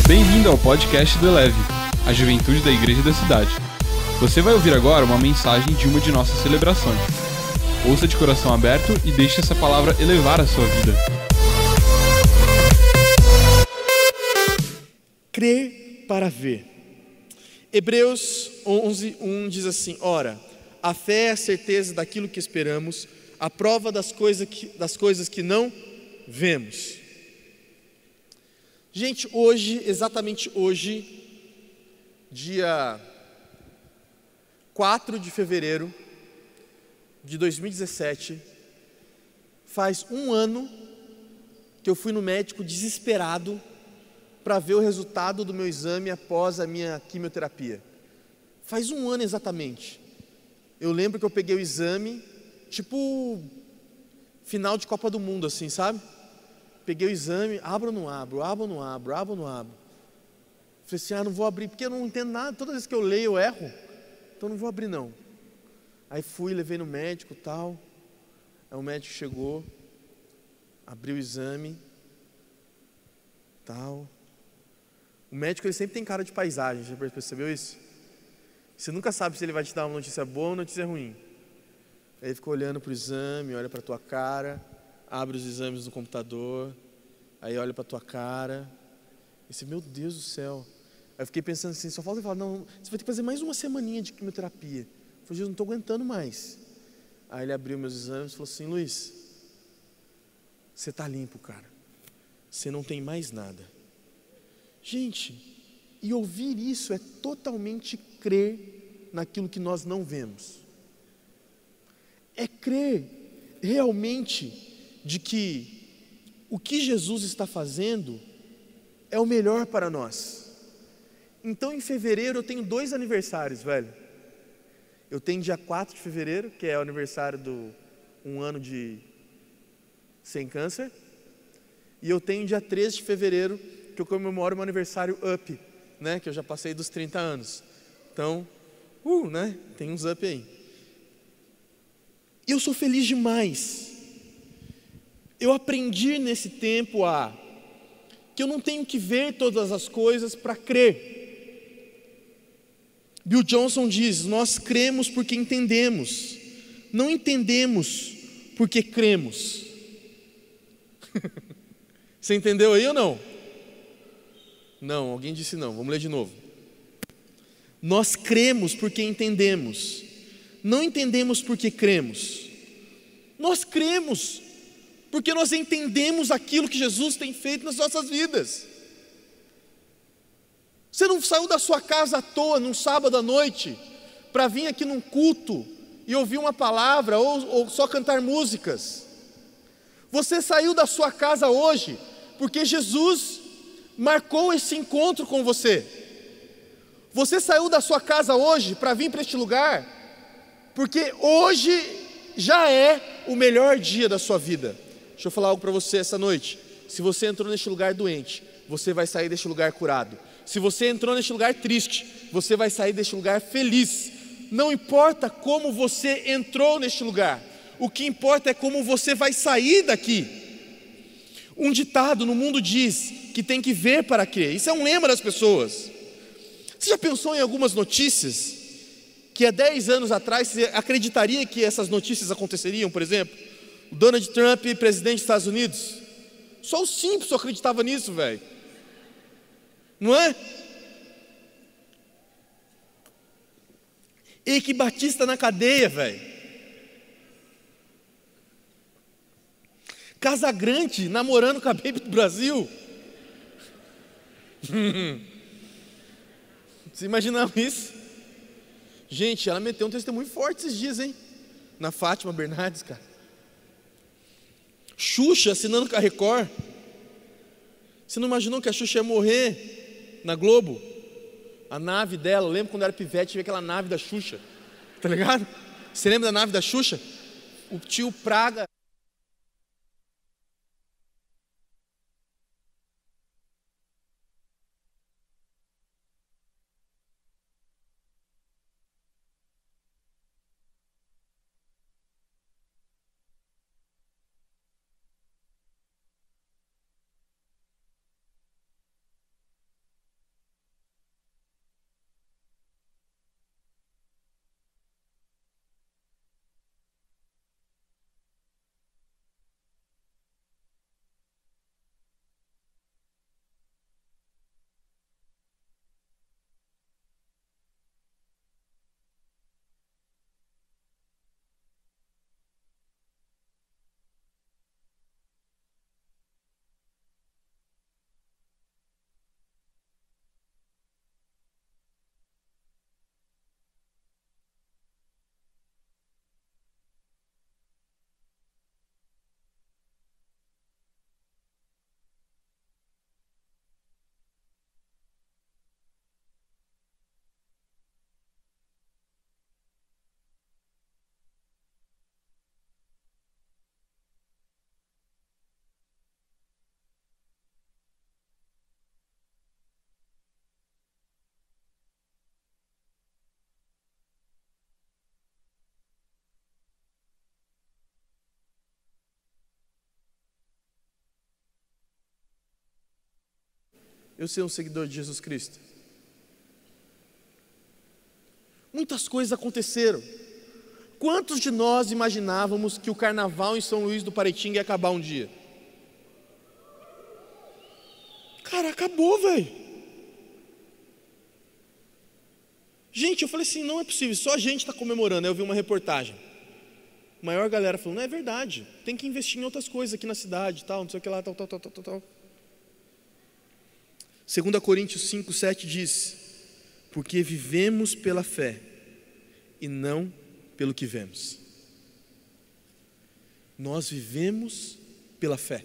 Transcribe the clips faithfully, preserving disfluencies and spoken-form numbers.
Bem-vindo ao podcast do Eleve, a juventude da igreja da cidade. Você vai ouvir agora uma mensagem de uma de nossas celebrações. Ouça de coração aberto e deixe essa palavra elevar a sua vida. Crer para ver. Hebreus onze, um diz assim: ora, a fé é a certeza daquilo que esperamos, a prova das coisas que, das coisas que não vemos. Gente, hoje, exatamente hoje, dia quatro de fevereiro de dois mil e dezessete, faz um ano que eu fui no médico desesperado para ver o resultado do meu exame após a minha quimioterapia. Faz um ano exatamente. Eu lembro que eu peguei o exame, tipo final de Copa do Mundo, assim, sabe? Peguei o exame, abro ou não abro, abro ou não abro, abro ou não abro. Falei assim, ah, não vou abrir, porque eu não entendo nada, toda vez que eu leio eu erro, então não vou abrir não. Aí fui, levei no médico e tal, aí o médico chegou, abriu o exame, tal. O médico, ele sempre tem cara de paisagem, já percebeu isso? Você nunca sabe se ele vai te dar uma notícia boa ou uma notícia ruim. Aí ele fica olhando para o exame, olha para a tua cara, abre os exames no computador, aí olha para a tua cara, e você, meu Deus do céu. Aí eu fiquei pensando assim, só falta ele falar, não, você vai ter que fazer mais uma semaninha de quimioterapia. Eu falei, Jesus, não estou aguentando mais. Aí ele abriu meus exames e falou assim, Luiz, você está limpo, cara, você não tem mais nada. Gente, e ouvir isso é totalmente crer naquilo que nós não vemos. É crer realmente de que o que Jesus está fazendo é o melhor para nós. Então em fevereiro eu tenho dois aniversários, velho. Eu tenho dia quatro de fevereiro, que é o aniversário do um ano de sem câncer. E eu tenho dia treze de fevereiro, que eu comemoro meu aniversário up, né? Que eu já passei dos trinta anos. Então, uh, né? Tem uns up aí. E eu sou feliz demais. Eu aprendi nesse tempo a que eu não tenho que ver todas as coisas para crer. Bill Johnson diz, nós cremos porque entendemos, não entendemos porque cremos. Você entendeu aí ou não? Não, alguém disse não, vamos ler de novo. Nós cremos porque entendemos, não entendemos porque cremos. Nós cremos porque nós entendemos aquilo que Jesus tem feito nas nossas vidas. Você não saiu da sua casa à toa num sábado à noite para vir aqui num culto e ouvir uma palavra ou, ou só cantar músicas. Você saiu da sua casa hoje porque Jesus marcou esse encontro com você. Você saiu da sua casa hoje para vir para este lugar porque hoje já é o melhor dia da sua vida. Deixa eu falar algo para você essa noite. Se você entrou neste lugar doente, você vai sair deste lugar curado. Se você entrou neste lugar triste, você vai sair deste lugar feliz. Não importa como você entrou neste lugar, o que importa é como você vai sair daqui. Um ditado no mundo diz que tem que ver para crer. Isso é um lema das pessoas. Você já pensou em algumas notícias que há dez anos atrás você acreditaria que essas notícias aconteceriam, por exemplo? O Donald Trump, presidente dos Estados Unidos. Só o Simpson acreditava nisso, velho. Não é? Eike Batista na cadeia, velho. Casagrande namorando com a Baby do Brasil. Você imaginava isso? Gente, ela meteu um testemunho forte esses dias, hein? Na Fátima Bernardes, cara. Xuxa assinando com a Record. Você não imaginou que a Xuxa ia morrer na Globo? A nave dela, eu lembro quando eu era pivete, tive aquela nave da Xuxa, tá ligado? Você lembra da nave da Xuxa? O tio Praga eu ser um seguidor de Jesus Cristo? Muitas coisas aconteceram. Quantos de nós imaginávamos que o carnaval em São Luís do Paraitinga ia acabar um dia? Cara, acabou, velho. Gente, eu falei assim, não é possível, só a gente está comemorando. Aí eu vi uma reportagem. A maior galera falou, não é verdade, tem que investir em outras coisas aqui na cidade, tal, não sei o que lá, tal, tal, tal, tal, tal. Segunda Coríntios cinco, sete diz, porque vivemos pela fé e não pelo que vemos. Nós vivemos pela fé.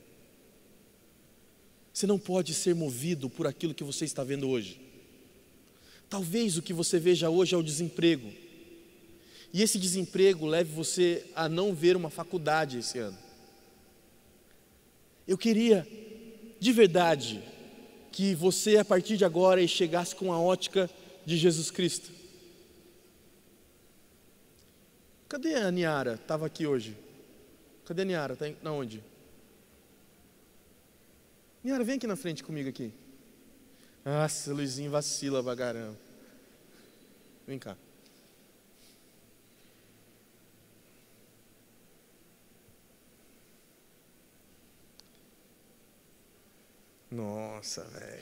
Você não pode ser movido por aquilo que você está vendo hoje. Talvez o que você veja hoje é o desemprego. E esse desemprego leve você a não ver uma faculdade esse ano. Eu queria, de verdade, que você a partir de agora chegasse com a ótica de Jesus Cristo. Cadê a Niara? Estava aqui hoje. Cadê a Niara? Está na onde? Niara, vem aqui na frente comigo aqui. Nossa, Luizinho vacila bagarão. Vem cá. Nossa, velho.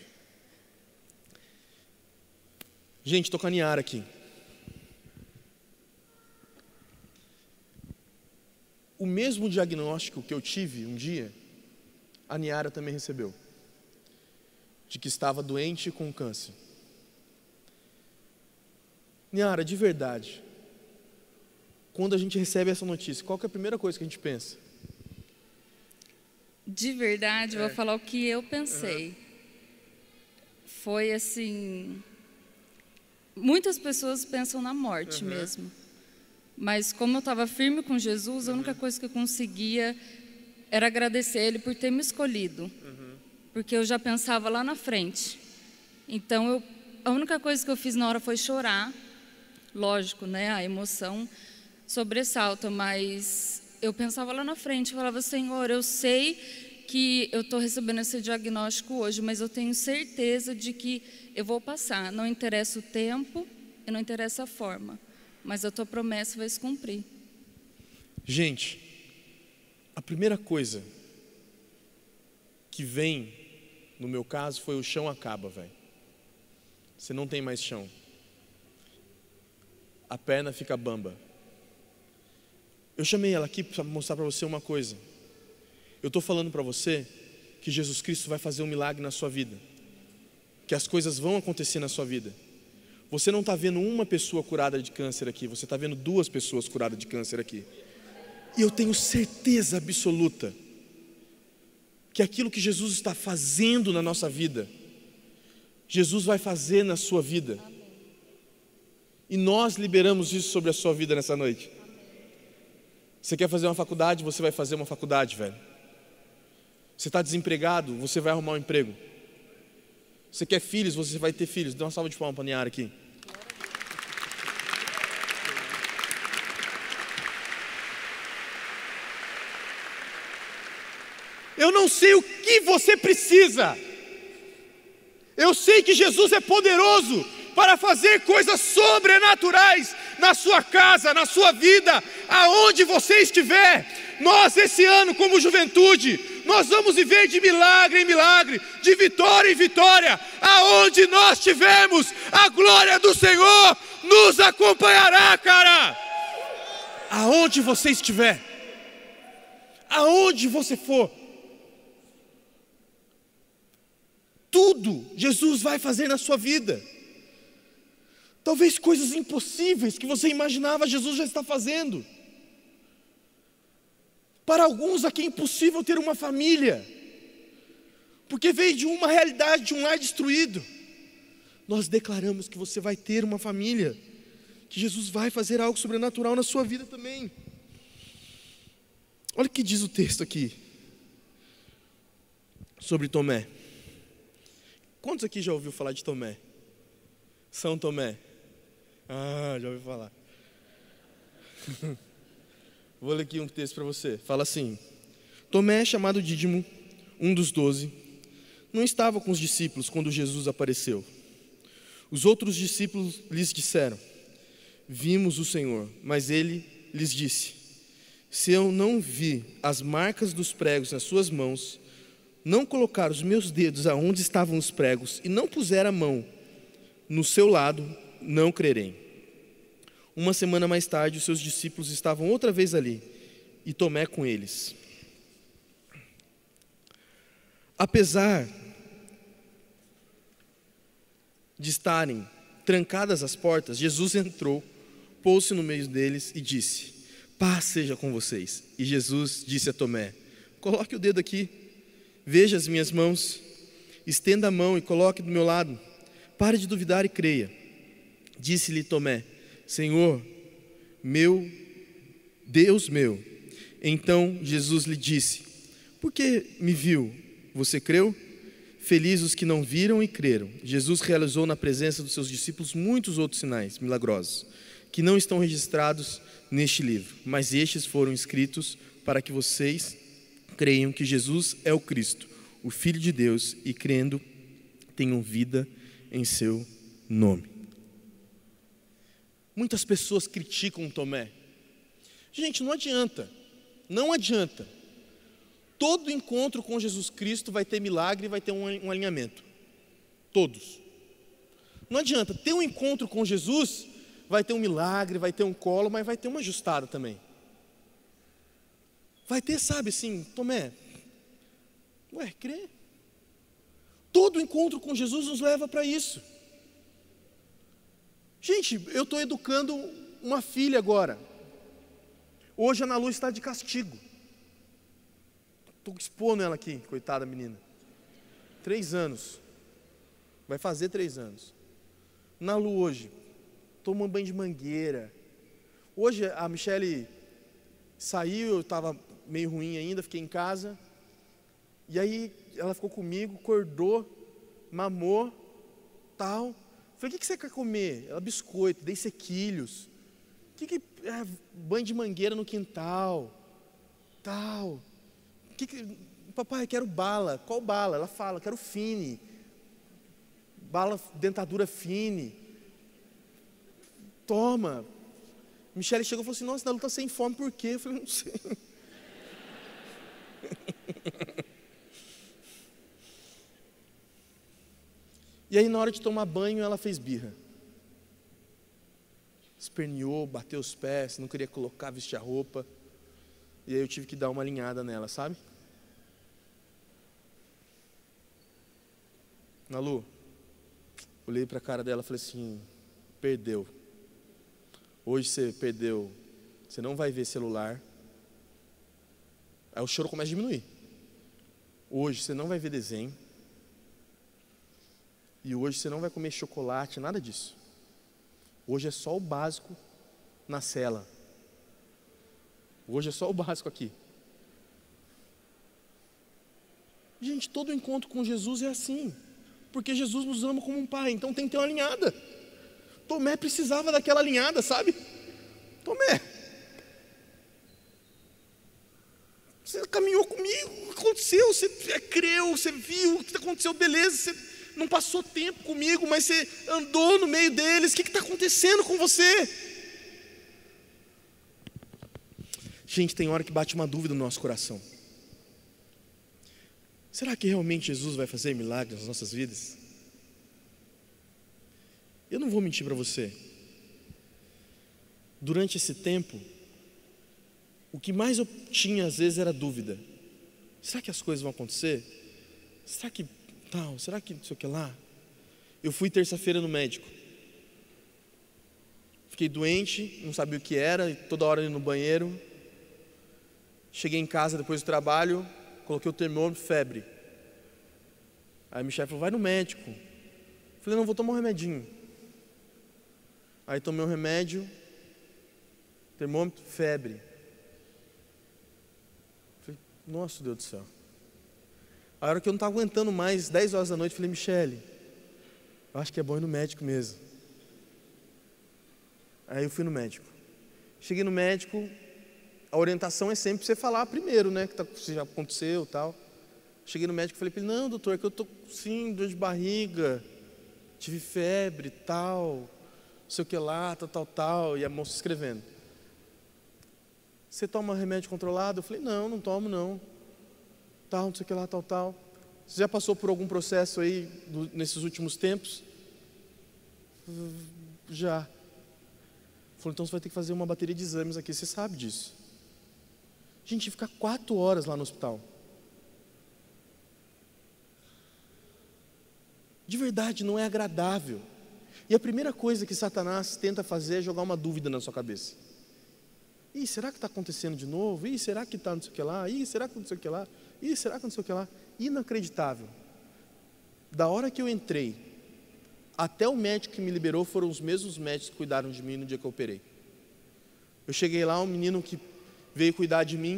Gente, tô com a Niara aqui. O mesmo diagnóstico que eu tive um dia, a Niara também recebeu. De que estava doente com câncer. Niara, de verdade, quando a gente recebe essa notícia, qual que é a primeira coisa que a gente pensa? De verdade, É. vou falar o que eu pensei. Uhum. Foi assim... Muitas pessoas pensam na morte uhum. mesmo. Mas como eu estava firme com Jesus, a única uhum. coisa que eu conseguia era agradecer Ele por ter me escolhido. Uhum. Porque eu já pensava lá na frente. Então, eu, a única coisa que eu fiz na hora foi chorar. Lógico, né? A emoção sobressalta, mas eu pensava lá na frente, eu falava, Senhor, eu sei que eu estou recebendo esse diagnóstico hoje, mas eu tenho certeza de que eu vou passar. Não interessa o tempo e não interessa a forma, mas a tua promessa vai se cumprir. Gente, a primeira coisa que vem, no meu caso, foi o chão acaba, velho. Você não tem mais chão. A perna fica bamba. Eu chamei ela aqui para mostrar para você uma coisa. Eu estou falando para você que Jesus Cristo vai fazer um milagre na sua vida. Que as coisas vão acontecer na sua vida. Você não está vendo uma pessoa curada de câncer aqui. Você está vendo duas pessoas curadas de câncer aqui. E eu tenho certeza absoluta que aquilo que Jesus está fazendo na nossa vida, Jesus vai fazer na sua vida. E nós liberamos isso sobre a sua vida nessa noite. Você quer fazer uma faculdade, você vai fazer uma faculdade, velho. Você está desempregado, você vai arrumar um emprego. Você quer filhos, você vai ter filhos. Dá uma salva de palmas para a Niara aqui. Eu não sei o que você precisa. Eu sei que Jesus é poderoso para fazer coisas sobrenaturais na sua casa, na sua vida, aonde você estiver. Nós, esse ano, como juventude, nós vamos viver de milagre em milagre, de vitória em vitória. Aonde nós estivermos, a glória do Senhor nos acompanhará, cara. Aonde você estiver, aonde você for, tudo Jesus vai fazer na sua vida. Talvez coisas impossíveis que você imaginava, Jesus já está fazendo. Para alguns aqui é impossível ter uma família, porque veio de uma realidade, de um lar destruído. Nós declaramos que você vai ter uma família, que Jesus vai fazer algo sobrenatural na sua vida também. Olha o que diz o texto aqui, sobre Tomé. Quantos aqui já ouviu falar de Tomé? São Tomé. Ah, já ouviu falar. Vou ler aqui um texto para você. Fala assim: Tomé, chamado Dídimo, um dos doze, não estava com os discípulos quando Jesus apareceu. Os outros discípulos lhes disseram: vimos o Senhor. Mas ele lhes disse: se eu não vi as marcas dos pregos nas suas mãos, não colocar os meus dedos aonde estavam os pregos e não puser a mão no seu lado, não crerei. Uma semana mais tarde, os seus discípulos estavam outra vez ali, e Tomé com eles. Apesar de estarem trancadas as portas, Jesus entrou, pôs-se no meio deles e disse: paz seja com vocês. E Jesus disse a Tomé: coloque o dedo aqui, veja as minhas mãos, estenda a mão e coloque do meu lado. Pare de duvidar e creia. Disse-lhe Tomé: Senhor meu, Deus meu. Então Jesus lhe disse: por que me viu? Você creu? Felizes os que não viram e creram. Jesus realizou na presença dos seus discípulos muitos outros sinais milagrosos, que não estão registrados neste livro, mas estes foram escritos para que vocês creiam que Jesus é o Cristo, o Filho de Deus, e crendo tenham vida em seu nome. Muitas pessoas criticam Tomé. Gente, não adianta, não adianta. Todo encontro com Jesus Cristo vai ter milagre e vai ter um, um alinhamento. Todos. Não adianta, ter um encontro com Jesus, vai ter um milagre, vai ter um colo, mas vai ter uma ajustada também. Vai ter, sabe assim, Tomé, ué, crê. Todo encontro com Jesus nos leva para isso. Gente, eu estou educando uma filha agora. Hoje a Ana Lu está de castigo. Estou expondo ela aqui, coitada menina. Três anos. Vai fazer três anos. Ana Lu hoje toma um banho de mangueira. Hoje a Michele saiu, eu estava meio ruim ainda, fiquei em casa. E aí ela ficou comigo, acordou, mamou, tal. Falei: o que, que você quer comer? Ela: biscoito, dei sequilhos. O que, que é, banho de mangueira no quintal, tal. Que que, papai, quero bala. Qual bala? Ela fala: quero Fine. Bala, dentadura Fine. Toma. Michele chegou e falou assim: nossa, Ana Lu está sem fome, por quê? Eu falei: não sei. E aí na hora de tomar banho ela fez birra. Esperneou, bateu os pés, não queria colocar, vestir a roupa. E aí eu tive que dar uma alinhada nela, sabe? Ana Lu, olhei para a cara dela e falei assim: perdeu. Hoje você perdeu, você não vai ver celular. Aí o choro começa a diminuir. Hoje você não vai ver desenho. E hoje você não vai comer chocolate, nada disso. Hoje é só o básico na cela. Hoje é só o básico aqui. Gente, todo encontro com Jesus é assim. Porque Jesus nos ama como um pai, então tem que ter uma alinhada. Tomé precisava daquela alinhada, sabe? Tomé, você caminhou comigo, o que aconteceu? Você creu, você viu o que aconteceu, beleza, você não passou tempo comigo, mas você andou no meio deles. O que está acontecendo com você? Gente, tem hora que bate uma dúvida no nosso coração. Será que realmente Jesus vai fazer milagres nas nossas vidas? Eu não vou mentir para você. Durante esse tempo, o que mais eu tinha às vezes era dúvida. Será que as coisas vão acontecer? Será que tal? Será que não sei o que lá? Eu fui terça-feira no médico. Fiquei doente, não sabia o que era, e toda hora indo no banheiro. Cheguei em casa depois do trabalho, coloquei o termômetro, febre. Aí minha chefe falou: vai no médico. Falei: não, vou tomar um remedinho. Aí tomei um remédio, termômetro, febre. Falei: nossa, Deus do céu. A hora que eu não estava aguentando mais, dez horas da noite, falei: Michele, eu acho que é bom ir no médico mesmo. Aí eu fui no médico. Cheguei no médico, a orientação é sempre você falar primeiro, né, que, tá, que já aconteceu e tal. Cheguei no médico e falei para ele, não, doutor, é que eu tô sim, dor de barriga, tive febre, tal, não sei o que lá, tal, tal, tal, e a moça escrevendo. Você toma remédio controlado? Eu falei, não, não tomo não, tal, não sei o que lá, tal, tal. Você já passou por algum processo aí do, nesses últimos tempos? Já. Falei, então você vai ter que fazer uma bateria de exames aqui, você sabe disso. Gente, ficar quatro horas lá no hospital. De verdade, não é agradável. E a primeira coisa que Satanás tenta fazer é jogar uma dúvida na sua cabeça. Ih, será que está acontecendo de novo? Ih, será que está não sei o que lá? Ih, será que não sei o que lá? Ih, será que não sei o que lá? Inacreditável. Da hora que eu entrei, até o médico que me liberou foram os mesmos médicos que cuidaram de mim no dia que eu operei. Eu cheguei lá, um menino que veio cuidar de mim,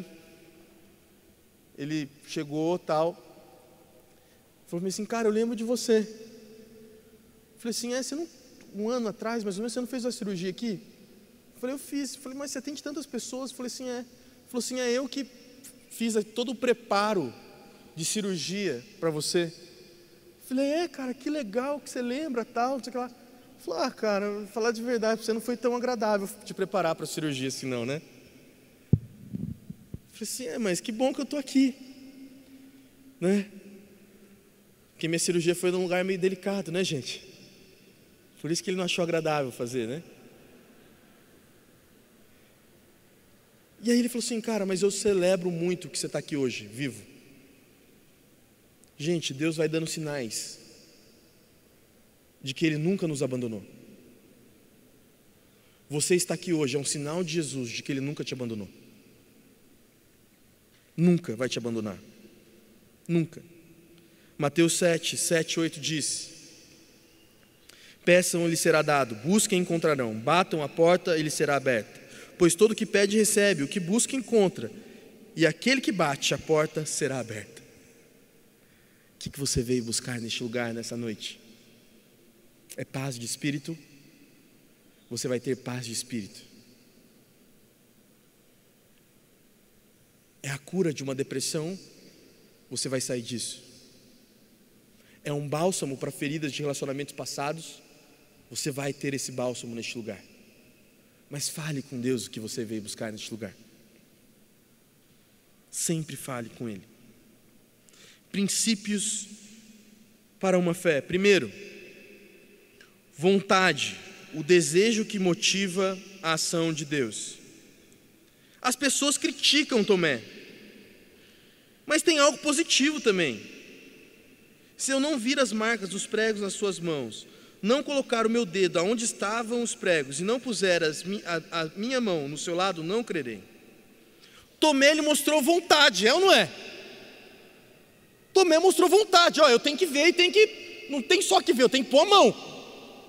ele chegou, tal, falou assim, cara, eu lembro de você. Eu falei assim, é, você não, um ano atrás, mais ou menos, você não fez uma cirurgia aqui? Eu falei, eu fiz. Eu falei, mas você atende tantas pessoas? Eu falei assim, é. Ele falou assim, é eu que fiz todo o preparo de cirurgia para você. Eu falei, é, cara, que legal que você lembra, tal, não sei o que lá. Ele falou, ah, cara, vou falar de verdade, você não foi tão agradável te preparar para a cirurgia assim não, né? Eu falei assim, é, mas que bom que eu estou aqui, né? Porque minha cirurgia foi num lugar meio delicado, né, gente? Por isso que ele não achou agradável fazer, né? E aí ele falou assim, cara, mas eu celebro muito que você está aqui hoje, vivo. Gente, Deus vai dando sinais de que Ele nunca nos abandonou. Você está aqui hoje, é um sinal de Jesus, de que Ele nunca te abandonou. Nunca vai te abandonar. Nunca. Mateus sete, sete, oito diz, peçam e lhe será dado, busquem e encontrarão, batam a porta e lhe será aberta. Pois todo que pede recebe, o que busca encontra, e aquele que bate a porta será aberta. O que, que você veio buscar neste lugar, nessa noite? É paz de espírito? Você vai ter paz de espírito. É a cura de uma depressão? Você vai sair disso. É um bálsamo para feridas de relacionamentos passados? Você vai ter esse bálsamo neste lugar. Mas fale com Deus o que você veio buscar neste lugar. Sempre fale com Ele. Princípios para uma fé. Primeiro, vontade, o desejo que motiva a ação de Deus. As pessoas criticam Tomé, mas tem algo positivo também. Se eu não vir as marcas dos pregos nas suas mãos, não colocar o meu dedo aonde estavam os pregos e não puser as, a, a minha mão no seu lado, não crerei. Tomé, ele mostrou vontade, é ou não é? Tomé mostrou vontade, ó, eu tenho que ver e tem que, não tem só que ver, eu tenho que pôr a mão.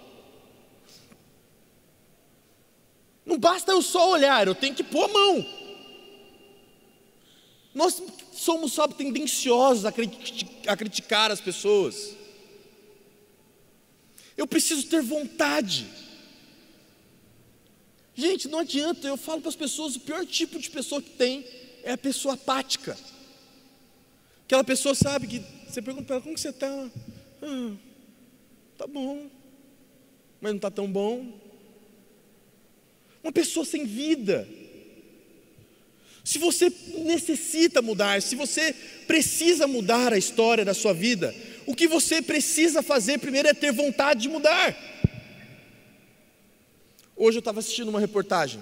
Não basta eu só olhar, eu tenho que pôr a mão. Nós somos, sabe, tendenciosos a, criti- a criticar as pessoas. Eu preciso ter vontade. Gente, não adianta, eu falo para as pessoas, o pior tipo de pessoa que tem é a pessoa apática. Aquela pessoa, sabe, que você pergunta para ela, como que você está? Ah, tá bom, mas não está tão bom. Uma pessoa sem vida. Se você necessita mudar, se você precisa mudar a história da sua vida, o que você precisa fazer primeiro é ter vontade de mudar. Hoje eu estava assistindo uma reportagem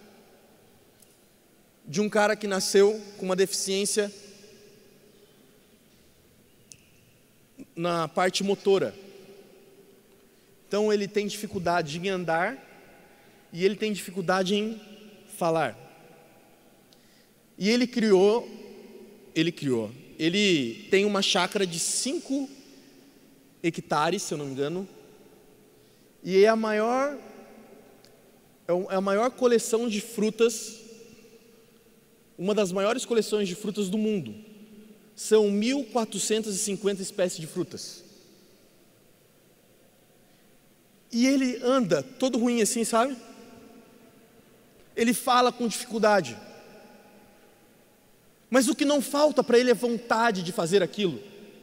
de um cara que nasceu com uma deficiência na parte motora. Então ele tem dificuldade em andar e ele tem dificuldade em falar. E ele criou, ele criou, ele tem uma chácara de cinco hectares, se eu não me engano, e é a maior, é a maior coleção de frutas, uma das maiores coleções de frutas do mundo. São mil quatrocentas e cinquenta espécies de frutas. E ele anda todo ruim assim, sabe? Ele fala com dificuldade. mas o que não falta para ele é vontade de fazer aquilo.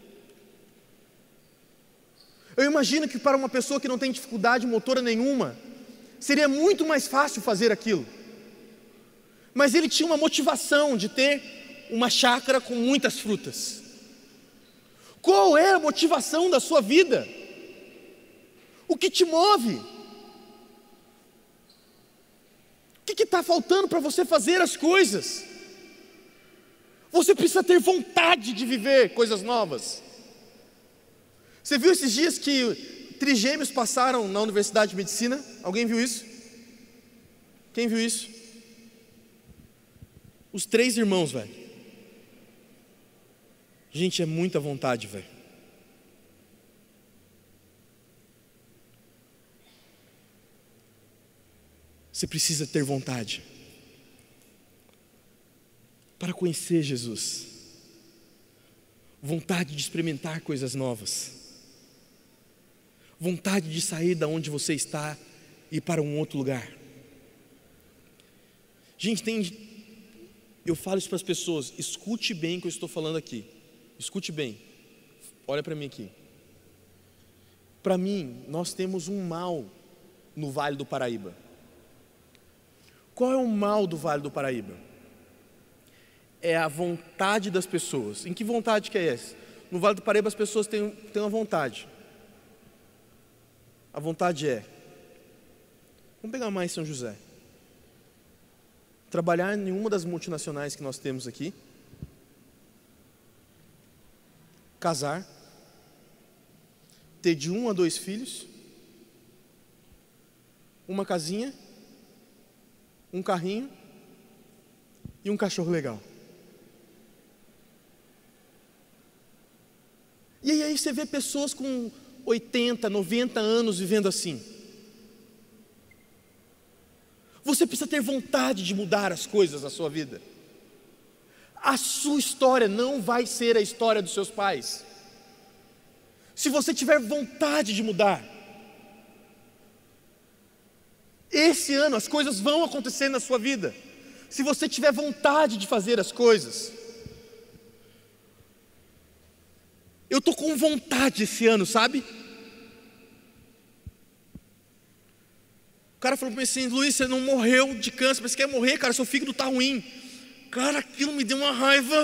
Eu imagino que para uma pessoa que não tem dificuldade motora nenhuma, seria muito mais fácil fazer aquilo. Mas ele tinha uma motivação de ter uma chácara com muitas frutas. Qual é a motivação da sua vida? O que te move? O que está faltando para você fazer as coisas? Você precisa ter vontade de viver coisas novas. Você viu esses dias que trigêmeos passaram na Universidade de Medicina? Alguém viu isso? Quem viu isso? Os três irmãos, velho. Gente, é muita vontade, velho. Você precisa ter vontade para conhecer Jesus, vontade de experimentar coisas novas, vontade de sair da onde você está e ir para um outro lugar. Gente, tem, eu falo isso para as pessoas, escute bem o que eu estou falando aqui, escute bem, olha para mim aqui. Para mim, nós temos um mal no Vale do Paraíba. Qual é o mal do Vale do Paraíba? É a vontade das pessoas. Em que vontade que é essa? No Vale do Paraíba as pessoas têm, têm uma vontade. A vontade é, vamos pegar mais São José, trabalhar em uma das multinacionais que nós temos aqui, casar, ter de um a dois filhos, uma casinha, um carrinho e um cachorro legal. E aí você vê pessoas com oitenta, noventa anos vivendo assim. Você precisa ter vontade de mudar as coisas na sua vida. A sua história não vai ser a história dos seus pais. Se você tiver vontade de mudar, esse ano as coisas vão acontecer na sua vida. Se você tiver vontade de fazer as coisas. Eu estou com vontade esse ano, sabe? O cara falou para mim assim, Luiz, você não morreu de câncer, mas você quer morrer, cara, seu fígado está ruim. Cara, aquilo me deu uma raiva.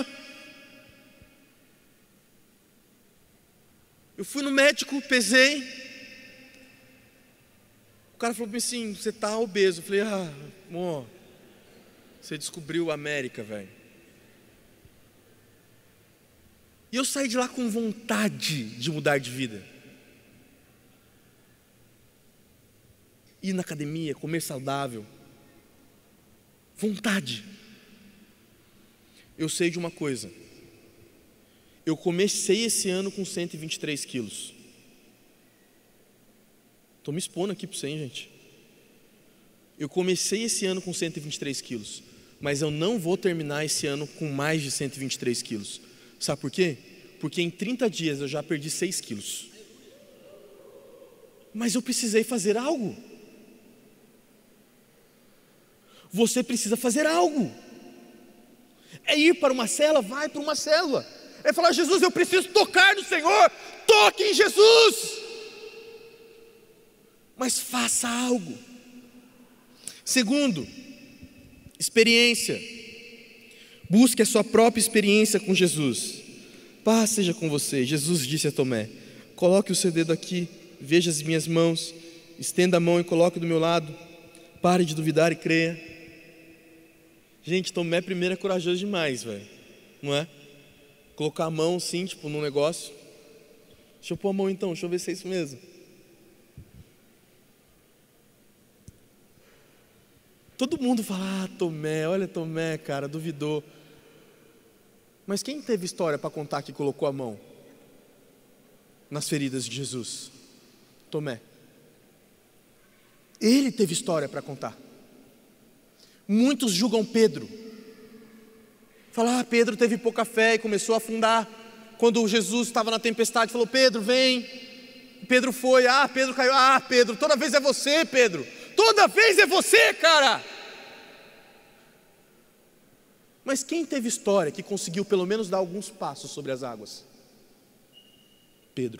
Eu fui no médico, pesei. O cara falou para mim assim, você está obeso. Eu falei, ah, amor, você descobriu a América, velho. E eu saí de lá com vontade de mudar de vida. Ir na academia, comer saudável. Vontade. Eu sei de uma coisa. Eu comecei esse ano com cento e vinte e três quilos. Estou me expondo aqui para você, hein, gente? Eu comecei esse ano com cento e vinte e três quilos. Mas eu não vou terminar esse ano com mais de cento e vinte e três quilos. Sabe por quê? Porque em trinta dias eu já perdi seis quilos. Mas eu precisei fazer algo. Você precisa fazer algo. É ir para uma célula, vai para uma célula. É falar, Jesus, eu preciso tocar no Senhor. Toque em Jesus. Mas faça algo. Segundo, experiência. Busque a sua própria experiência com Jesus. Paz seja com você. Jesus disse a Tomé, coloque o seu dedo aqui, veja as minhas mãos, estenda a mão e coloque do meu lado. Pare de duvidar e creia. Gente, Tomé primeiro é corajoso demais, velho. Não é? Colocar a mão assim, tipo, num negócio. Deixa eu pôr a mão então, deixa eu ver se é isso mesmo. Todo mundo fala, ah, Tomé, olha Tomé, cara, duvidou. Mas quem teve história para contar que colocou a mão nas feridas de Jesus? Tomé. Ele teve história para contar. Muitos julgam Pedro. Falam, ah, Pedro teve pouca fé e começou a afundar. Quando Jesus estava na tempestade, falou, Pedro, vem. Pedro foi, ah, Pedro caiu. Ah, Pedro, toda vez é você, Pedro. Toda vez é você, cara. Mas quem teve história que conseguiu pelo menos dar alguns passos sobre as águas? Pedro.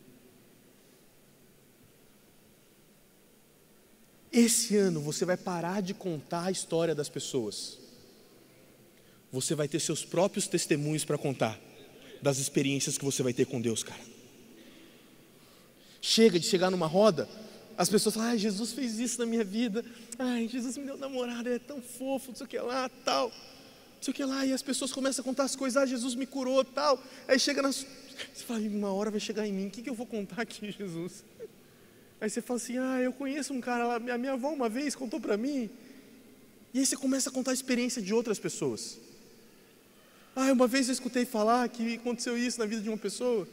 Esse ano você vai parar de contar a história das pessoas. Você vai ter seus próprios testemunhos para contar das experiências que você vai ter com Deus, cara. Chega de chegar numa roda, as pessoas falam: ai, Jesus fez isso na minha vida, ai, Jesus me deu namorado, ele é tão fofo, não sei o que lá, tal, não sei o que lá, e as pessoas começam a contar as coisas: ah, Jesus me curou, tal. Aí chega na você fala: uma hora vai chegar em mim, o que, que eu vou contar aqui, Jesus? Aí você fala assim: ah, eu conheço um cara lá, a minha avó uma vez contou para mim. E aí você começa a contar a experiência de outras pessoas. Ah, uma vez eu escutei falar que aconteceu isso na vida de uma pessoa.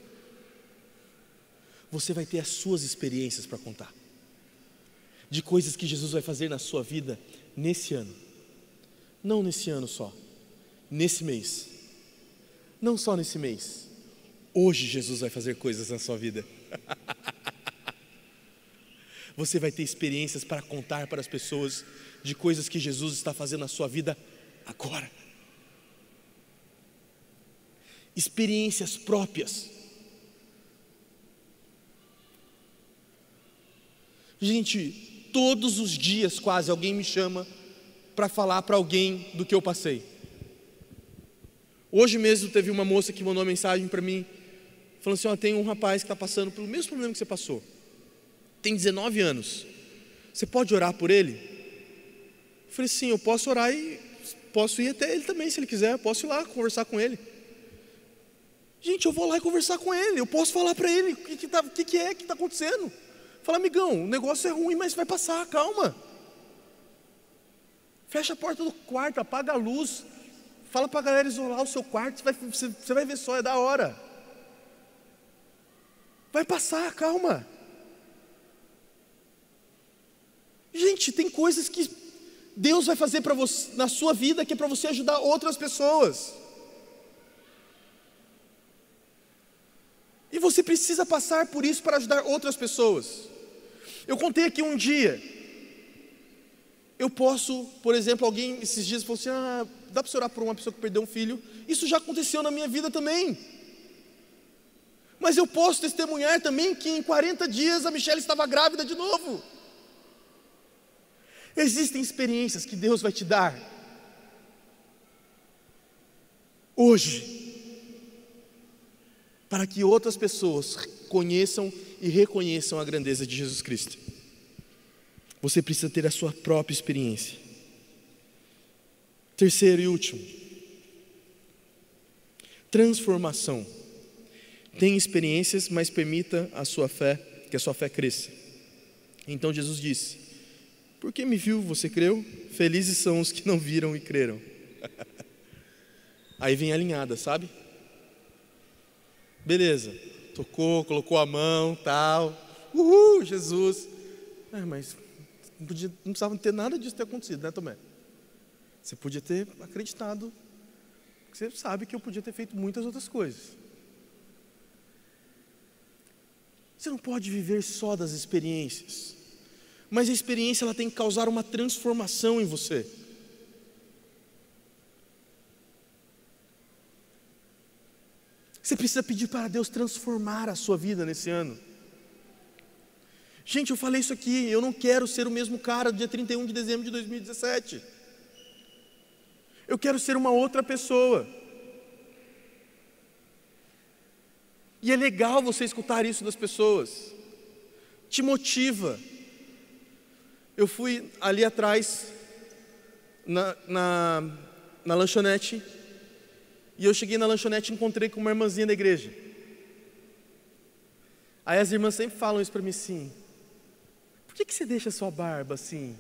Você vai ter as suas experiências para contar, de coisas que Jesus vai fazer na sua vida nesse ano. Não nesse ano só, nesse mês. Não só nesse mês. Hoje Jesus vai fazer coisas na sua vida. Você vai ter experiências para contar para as pessoas de coisas que Jesus está fazendo na sua vida agora. Experiências próprias. Gente, todos os dias quase alguém me chama para falar para alguém do que eu passei. Hoje mesmo teve uma moça que mandou uma mensagem para mim, falando assim: ó, tem um rapaz que está passando pelo mesmo problema que você passou, tem dezenove anos, você pode orar por ele? Eu falei: sim, eu posso orar e posso ir até ele também, se ele quiser, eu posso ir lá conversar com ele. Gente, eu vou lá e conversar com ele, eu posso falar para ele o que, que, tá, que, que é que está acontecendo. Fala: amigão, o negócio é ruim, mas vai passar, calma. Fecha a porta do quarto, apaga a luz, fala para a galera isolar o seu quarto, você vai, você, você vai ver só, é da hora. Vai passar, calma. Gente, tem coisas que Deus vai fazer para você na sua vida que é para você ajudar outras pessoas. E você precisa passar por isso para ajudar outras pessoas. Eu contei aqui um dia. Eu posso, por exemplo, alguém esses dias falou assim: ah, dá para você orar por uma pessoa que perdeu um filho? Isso já aconteceu na minha vida também. Mas eu posso testemunhar também que em quarenta dias a Michelle estava grávida de novo. Existem experiências que Deus vai te dar hoje, para que outras pessoas conheçam e reconheçam a grandeza de Jesus Cristo. Você precisa ter a sua própria experiência. Terceiro e último, transformação. Tenha experiências, mas permita a sua fé, que a sua fé cresça. Então Jesus disse: porque me viu, você creu? Felizes são os que não viram e creram. Aí vem a alinhada, sabe? Beleza, tocou, colocou a mão, tal, uhul, Jesus. É, mas não, podia, não precisava ter nada disso ter acontecido, né, Tomé? Você podia ter acreditado, você sabe que eu podia ter feito muitas outras coisas. Você não pode viver só das experiências, mas a experiência ela tem que causar uma transformação em você. Você precisa pedir para Deus transformar a sua vida nesse ano. Gente, eu falei isso aqui, eu não quero ser o mesmo cara do dia trinta e um de dezembro de dois mil e dezessete. Eu quero ser uma outra pessoa. E é legal você escutar isso das pessoas. Te motiva. Eu fui ali atrás, na, na, na lanchonete, e eu cheguei na lanchonete e encontrei com uma irmãzinha da igreja. Aí as irmãs sempre falam isso para mim assim: por que, que você deixa a sua barba assim?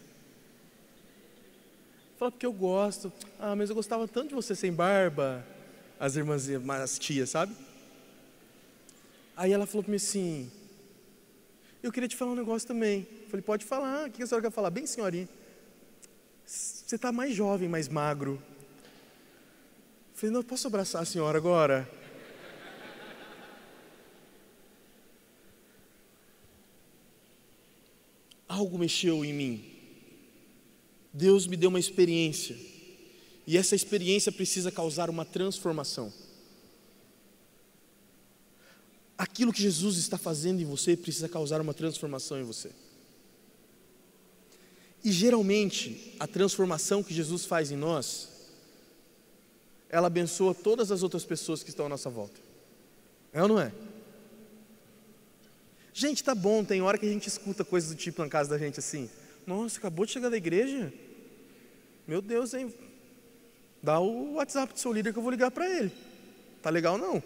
Fala: porque eu gosto. Ah, mas eu gostava tanto de você sem barba. As irmãzinhas, as tias, sabe? Aí ela falou para mim assim: eu queria te falar um negócio também. Eu falei: pode falar, o que a senhora quer falar? Bem, senhorinha, você está mais jovem, mais magro. Eu falei: não, posso abraçar a senhora agora? Algo mexeu em mim. Deus me deu uma experiência. E essa experiência precisa causar uma transformação. Aquilo que Jesus está fazendo em você precisa causar uma transformação em você. E geralmente, a transformação que Jesus faz em nós, ela abençoa todas as outras pessoas que estão à nossa volta. É ou não é? Gente, tá bom, tem hora que a gente escuta coisas do tipo na casa da gente assim: nossa, acabou de chegar da igreja? Meu Deus, hein? Dá o WhatsApp do seu líder que eu vou ligar para ele. Tá legal não?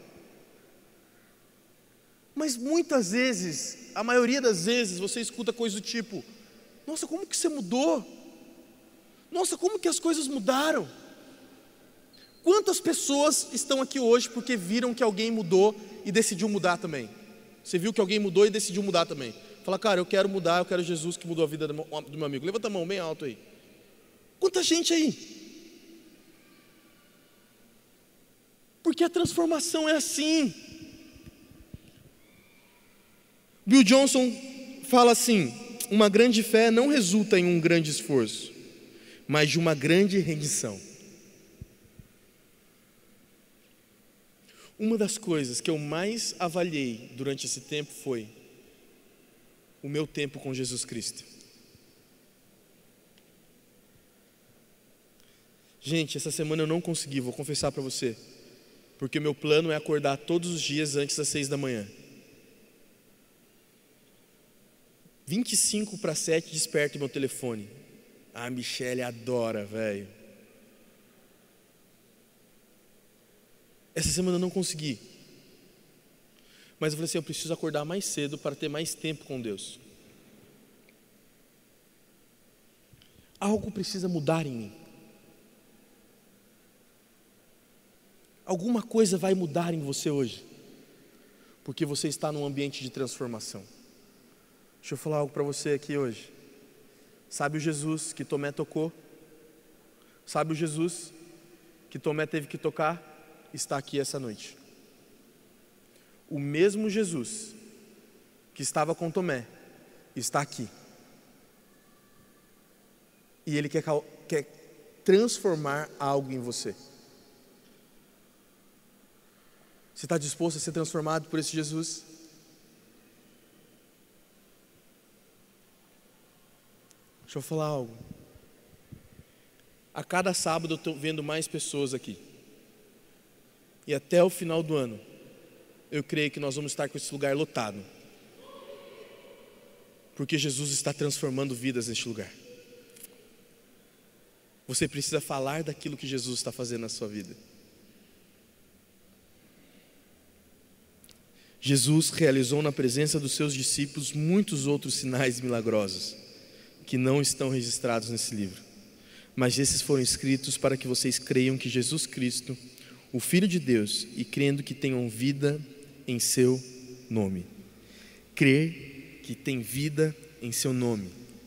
Mas muitas vezes, a maioria das vezes, você escuta coisas do tipo: nossa, como que você mudou? Nossa, como que as coisas mudaram? Quantas pessoas estão aqui hoje porque viram que alguém mudou e decidiu mudar também? Você viu que alguém mudou e decidiu mudar também. Fala, cara, eu quero mudar, eu quero Jesus que mudou a vida do meu amigo. Levanta a mão bem alto aí. Quanta gente aí? Porque a transformação é assim. Bill Johnson fala assim: uma grande fé não resulta em um grande esforço, mas de uma grande rendição. Uma das coisas que eu mais avaliei durante esse tempo foi o meu tempo com Jesus Cristo. Gente, essa semana eu não consegui, vou confessar para você, porque o meu plano é acordar todos os dias antes das seis da manhã. vinte e cinco para sete desperta o meu telefone. A Michele adora, velho. Essa semana eu não consegui. Mas eu falei assim, eu preciso acordar mais cedo para ter mais tempo com Deus. Algo precisa mudar em mim. Alguma coisa vai mudar em você hoje, porque você está num ambiente de transformação. Deixa eu falar algo para você aqui hoje. Sabe o Jesus que Tomé tocou? Sabe o Jesus que Tomé teve que tocar? Está aqui essa noite. O mesmo Jesus que estava com Tomé está aqui. E Ele quer, quer transformar algo em você. Você está disposto a ser transformado por esse Jesus? Deixa eu falar algo. A cada sábado eu estou vendo mais pessoas aqui. E até o final do ano, eu creio que nós vamos estar com esse lugar lotado. Porque Jesus está transformando vidas neste lugar. Você precisa falar daquilo que Jesus está fazendo na sua vida. Jesus realizou na presença dos seus discípulos muitos outros sinais milagrosos, que não estão registrados nesse livro. Mas esses foram escritos para que vocês creiam que Jesus Cristo, o Filho de Deus, e crendo que tenham vida em seu nome. Crer que tem vida em seu nome.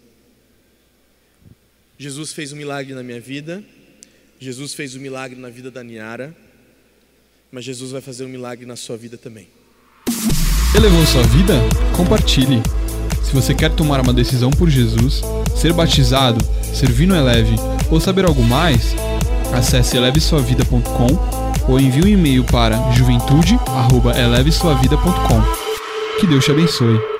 Jesus fez um milagre na minha vida, Jesus fez um milagre na vida da Niara, mas Jesus vai fazer um milagre na sua vida também. Elevou sua vida? Compartilhe. Se você quer tomar uma decisão por Jesus, ser batizado, servir no Eleve ou saber algo mais, acesse eleve sua vida ponto com ou envie um e-mail para juventude arroba eleve sua vida ponto com. Que Deus te abençoe.